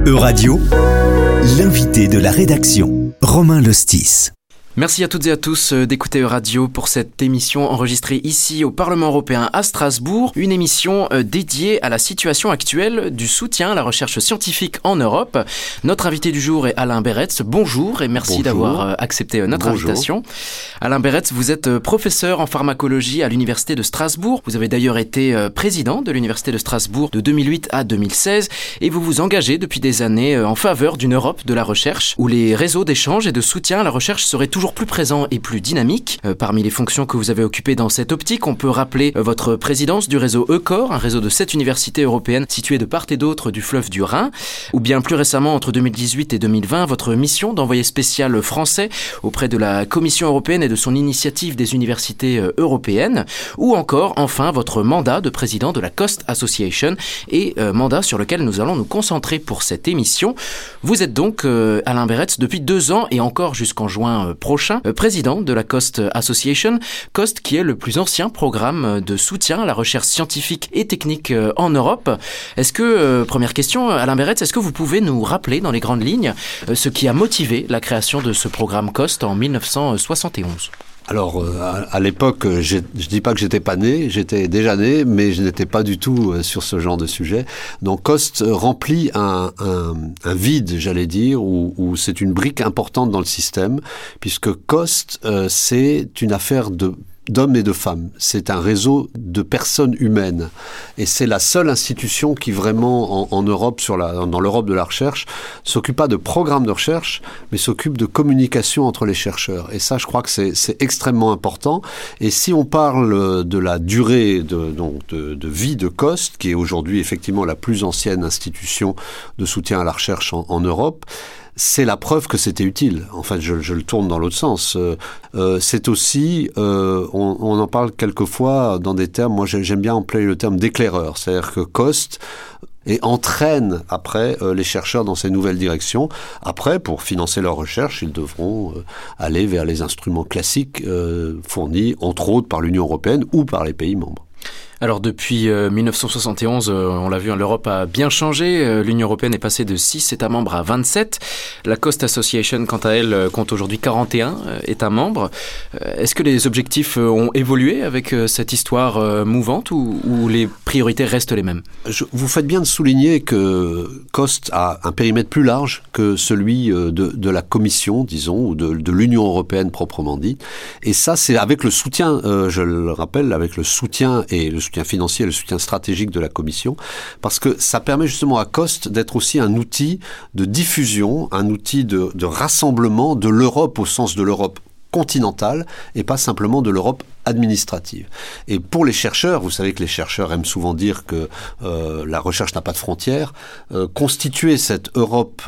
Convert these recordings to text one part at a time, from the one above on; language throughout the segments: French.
Euradio, l'invité de la rédaction, Romain Lostis. Merci à toutes et à tous d'écouter Euradio pour cette émission enregistrée ici au Parlement européen à Strasbourg. Une émission dédiée à la situation actuelle du soutien à la recherche scientifique en Europe. Notre invité du jour est Alain Beretz. Bonjour et merci d'avoir accepté notre invitation. Alain Beretz, vous êtes professeur en pharmacologie à l'Université de Strasbourg. Vous avez d'ailleurs été président de l'Université de Strasbourg de 2008 à 2016 et vous vous engagez depuis des années en faveur d'une Europe de la recherche où les réseaux d'échange et de soutien à la recherche seraient toujours plus présent et plus dynamique. Parmi les fonctions que vous avez occupées dans cette optique, on peut rappeler votre présidence du réseau EUCOR, un réseau de 7 universités européennes situées de part et d'autre du fleuve du Rhin, ou bien plus récemment, entre 2018 et 2020, votre mission d'envoyé spécial français auprès de la Commission européenne et de son initiative des universités européennes, ou encore, enfin, votre mandat de président de la COST Association, et mandat sur lequel nous allons nous concentrer pour cette émission. Vous êtes donc, Alain Beretz, depuis 2 ans et encore jusqu'en juin prochain, président de la COST Association, COST qui est le plus ancien programme de soutien à la recherche scientifique et technique en Europe. Est-ce que, première question, Alain Beretz, est-ce que vous pouvez nous rappeler dans les grandes lignes ce qui a motivé la création de ce programme COST en 1971 ? Alors, à l'époque, je dis pas que j'étais pas né, j'étais déjà né, mais je n'étais pas du tout sur ce genre de sujet. Donc, COST remplit un vide, j'allais dire, où c'est une brique importante dans le système, puisque COST, c'est une affaire d'hommes et de femmes. C'est un réseau de personnes humaines. Et c'est la seule institution qui vraiment, en Europe, dans l'Europe de la recherche, s'occupe pas de programmes de recherche, mais s'occupe de communication entre les chercheurs. Et ça, je crois que c'est extrêmement important. Et si on parle de la durée de vie de COST, qui est aujourd'hui effectivement la plus ancienne institution de soutien à la recherche en Europe, c'est la preuve que c'était utile. En fait, je le tourne dans l'autre sens. C'est aussi, on en parle quelquefois dans des termes, moi j'aime bien employer le terme d'éclaireur. C'est-à-dire que COST entraîne après les chercheurs dans ces nouvelles directions. Après, pour financer leur recherche, ils devront aller vers les instruments classiques fournis, entre autres, par l'Union européenne ou par les pays membres. Alors depuis 1971, on l'a vu, l'Europe a bien changé. L'Union européenne est passée de 6 États membres à 27. La COST Association, quant à elle, compte aujourd'hui 41 États membres. Est-ce que les objectifs ont évolué avec cette histoire mouvante ou les priorités restent les mêmes ? Vous faites bien de souligner que COST a un périmètre plus large que celui de la Commission, disons, ou de l'Union européenne proprement dit. Et ça, c'est avec le soutien, je le rappelle, avec le soutien et le soutien financier et le soutien stratégique de la Commission, parce que ça permet justement à COST d'être aussi un outil de diffusion, un outil de rassemblement de l'Europe au sens de l'Europe continentale et pas simplement de l'Europe administrative. Et pour les chercheurs, vous savez que les chercheurs aiment souvent dire que la recherche n'a pas de frontières, constituer cette Europe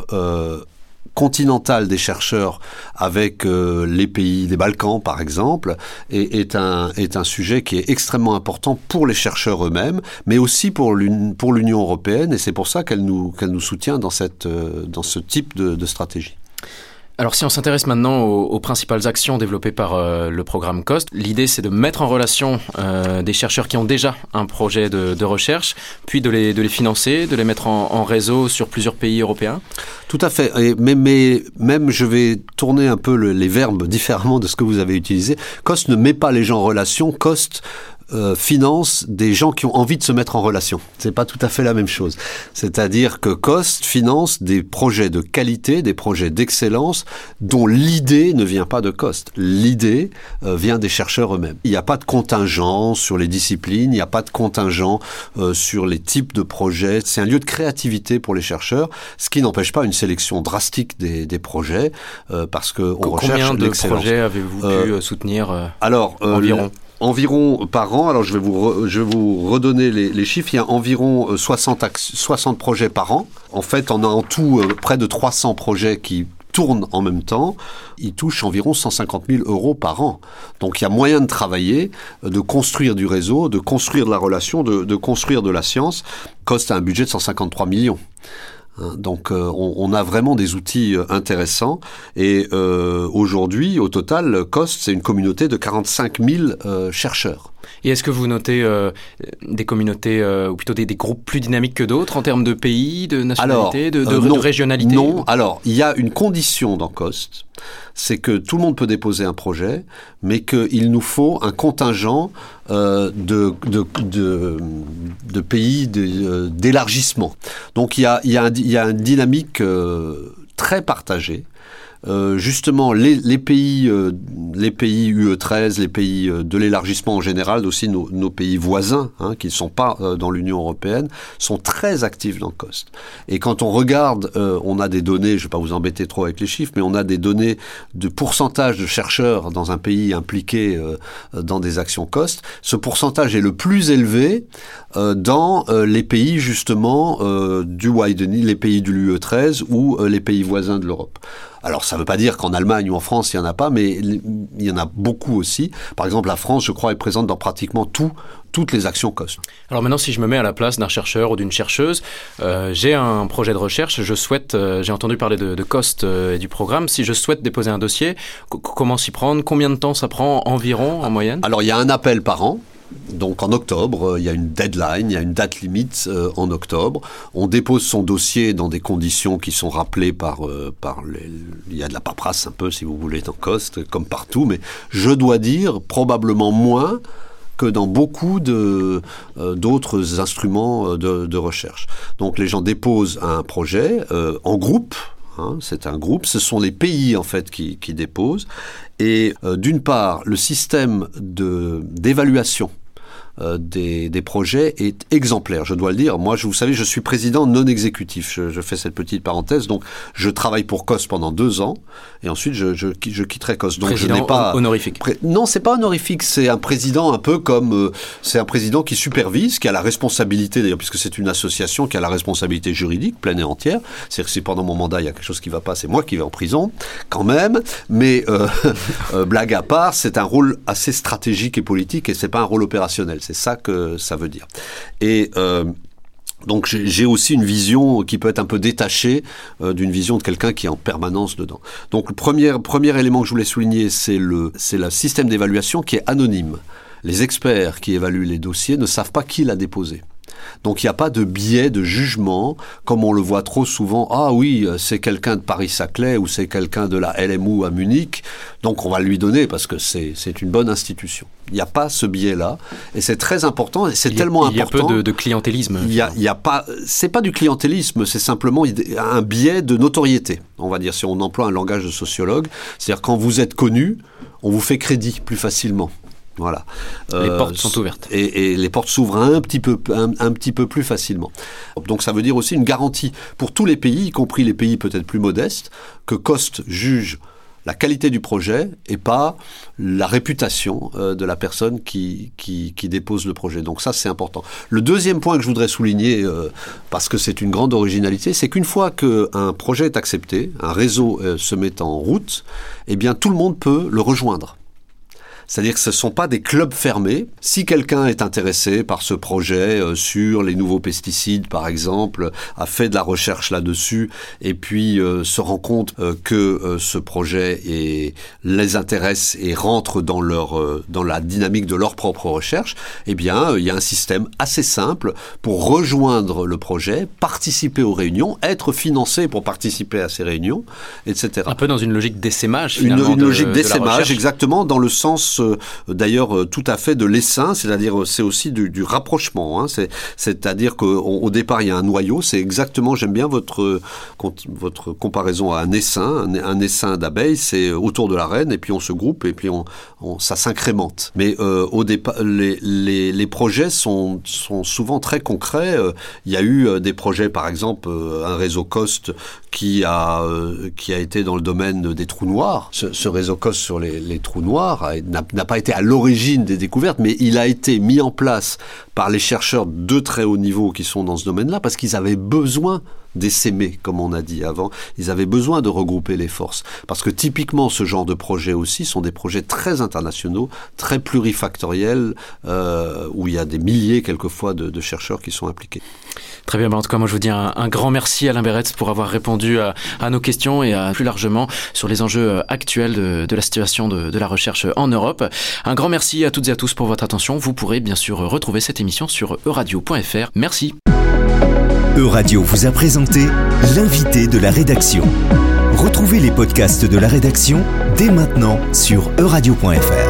continentale des chercheurs avec les pays des Balkans, par exemple, est un sujet qui est extrêmement important pour les chercheurs eux-mêmes, mais aussi pour l'Union européenne, et c'est pour ça qu'elle nous soutient dans ce type de stratégie. Alors si on s'intéresse maintenant aux principales actions développées par le programme COST, l'idée c'est de mettre en relation des chercheurs qui ont déjà un projet de recherche, puis de les financer, de les mettre en réseau sur plusieurs pays européens. Tout à fait, mais même je vais tourner un peu les verbes différemment de ce que vous avez utilisé. COST ne met pas les gens en relation, COST finance des gens qui ont envie de se mettre en relation. C'est pas tout à fait la même chose. C'est-à-dire que COST finance des projets de qualité, des projets d'excellence dont l'idée ne vient pas de COST. L'idée vient des chercheurs eux-mêmes. Il n'y a pas de contingent sur les disciplines, il n'y a pas de contingent sur les types de projets. C'est un lieu de créativité pour les chercheurs, ce qui n'empêche pas une sélection drastique des projets parce que on recherche l'excellence. Combien de projets avez-vous pu soutenir Environ par an, alors je vais vous redonner les chiffres, il y a environ 60 projets par an. En fait, on a en tout près de 300 projets qui tournent en même temps. Ils touchent environ 150 000 € par an. Donc il y a moyen de travailler, de construire du réseau, de construire de la relation, de construire de la science. COST a un budget de 153 millions. Donc on a vraiment des outils intéressants et aujourd'hui au total COST c'est une communauté de 45 000 chercheurs. Et est-ce que vous notez des communautés, ou plutôt des groupes plus dynamiques que d'autres en termes de pays, de nationalité, de régionalité? Non, alors il y a une condition dans COST, c'est que tout le monde peut déposer un projet, mais qu'il nous faut un contingent de pays d'élargissement. Donc il y a une dynamique très partagée. Justement, les pays UE13, les pays de l'élargissement en général, aussi nos pays voisins, qui ne sont pas dans l'Union européenne, sont très actifs dans COST. Et quand on regarde, on a des données, je ne vais pas vous embêter trop avec les chiffres, mais on a des données de pourcentage de chercheurs dans un pays impliqués dans des actions COST. Ce pourcentage est le plus élevé dans les pays justement du widening, les pays de l'UE13 ou les pays voisins de l'Europe. Alors, ça ne veut pas dire qu'en Allemagne ou en France, il n'y en a pas, mais il y en a beaucoup aussi. Par exemple, la France, je crois, est présente dans pratiquement toutes les actions COST. Alors maintenant, si je me mets à la place d'un chercheur ou d'une chercheuse, j'ai un projet de recherche, j'ai entendu parler de COST et du programme. Si je souhaite déposer un dossier, comment s'y prendre? Combien de temps ça prend environ en moyenne? Alors, il y a un appel par an. Donc en octobre, il y a une deadline, il y a une date limite en octobre. On dépose son dossier dans des conditions qui sont rappelées il y a de la paperasse un peu, si vous voulez, dans COST, comme partout, mais je dois dire probablement moins que dans beaucoup d'autres instruments de recherche. Donc les gens déposent un projet en groupe. C'est un groupe, ce sont les pays en fait qui déposent. Et d'une part, le système d'évaluation des projets est exemplaire, je dois le dire. Moi, vous savez, je suis président non exécutif. Je fais cette petite parenthèse. Donc, je travaille pour COST pendant 2 ans et ensuite je quitterai COST. Donc, président je n'ai pas honorifique. Non, c'est pas honorifique. C'est un président un peu comme c'est un président qui supervise, qui a la responsabilité d'ailleurs, puisque c'est une association qui a la responsabilité juridique pleine et entière. C'est-à-dire que si pendant mon mandat il y a quelque chose qui va pas, c'est moi qui vais en prison quand même. Mais blague à part, c'est un rôle assez stratégique et politique et c'est pas un rôle opérationnel. C'est ça que ça veut dire. Et donc j'ai aussi une vision qui peut être un peu détachée d'une vision de quelqu'un qui est en permanence dedans. Donc le premier élément que je voulais souligner, c'est le système d'évaluation qui est anonyme. Les experts qui évaluent les dossiers ne savent pas qui l'a déposé. Donc il n'y a pas de biais de jugement, comme on le voit trop souvent. Ah oui, c'est quelqu'un de Paris-Saclay ou c'est quelqu'un de la LMU à Munich, donc on va lui donner parce que c'est une bonne institution. Il n'y a pas ce biais-là, et c'est très important, et c'est tellement important. Il y a peu de clientélisme. Il y a pas, c'est pas du clientélisme, c'est simplement un biais de notoriété, on va dire, si on emploie un langage de sociologue. C'est-à-dire quand vous êtes connu, on vous fait crédit plus facilement. Voilà. Les portes sont ouvertes. Et les portes s'ouvrent un petit peu plus facilement. Donc ça veut dire aussi une garantie pour tous les pays, y compris les pays peut-être plus modestes, que COST juge la qualité du projet et pas la réputation de la personne qui dépose le projet. Donc ça, c'est important. Le deuxième point que je voudrais souligner, parce que c'est une grande originalité, c'est qu'une fois qu'un projet est accepté, un réseau se met en route, eh bien tout le monde peut le rejoindre. C'est-à-dire que ce ne sont pas des clubs fermés. Si quelqu'un est intéressé par ce projet sur les nouveaux pesticides, par exemple, a fait de la recherche là-dessus, et puis se rend compte que ce projet les intéresse et rentre dans la dynamique de leur propre recherche, eh bien, il y a un système assez simple pour rejoindre le projet, participer aux réunions, être financé pour participer à ces réunions, etc. Un peu dans une logique d'essaimage, finalement. Une logique d'essaimage, exactement, dans le sens d'ailleurs tout à fait de l'essaim, c'est-à-dire c'est aussi du rapprochement. C'est-à-dire qu'au départ il y a un noyau, c'est exactement, j'aime bien votre comparaison à un essaim d'abeilles, c'est autour de la reine et puis on se groupe et puis ça s'incrémente. Mais au départ les projets sont souvent très concrets. Il y a eu des projets, par exemple un réseau COST qui a été dans le domaine des trous noirs. Ce réseau COST sur les trous noirs n'a pas été à l'origine des découvertes, mais il a été mis en place par les chercheurs de très haut niveau qui sont dans ce domaine-là, parce qu'ils avaient besoin d'essaimer, comme on a dit avant. Ils avaient besoin de regrouper les forces. Parce que typiquement, ce genre de projets aussi sont des projets très internationaux, très plurifactoriels, où il y a des milliers, quelquefois, de chercheurs qui sont impliqués. Très bien, en tout cas, moi je vous dis un grand merci Alain Beretz pour avoir répondu à nos questions et plus largement sur les enjeux actuels de la situation de la recherche en Europe. Un grand merci à toutes et à tous pour votre attention. Vous pourrez bien sûr retrouver cette émission sur euradio.fr. Merci. Euradio vous a présenté l'invité de la rédaction. Retrouvez les podcasts de la rédaction dès maintenant sur euradio.fr.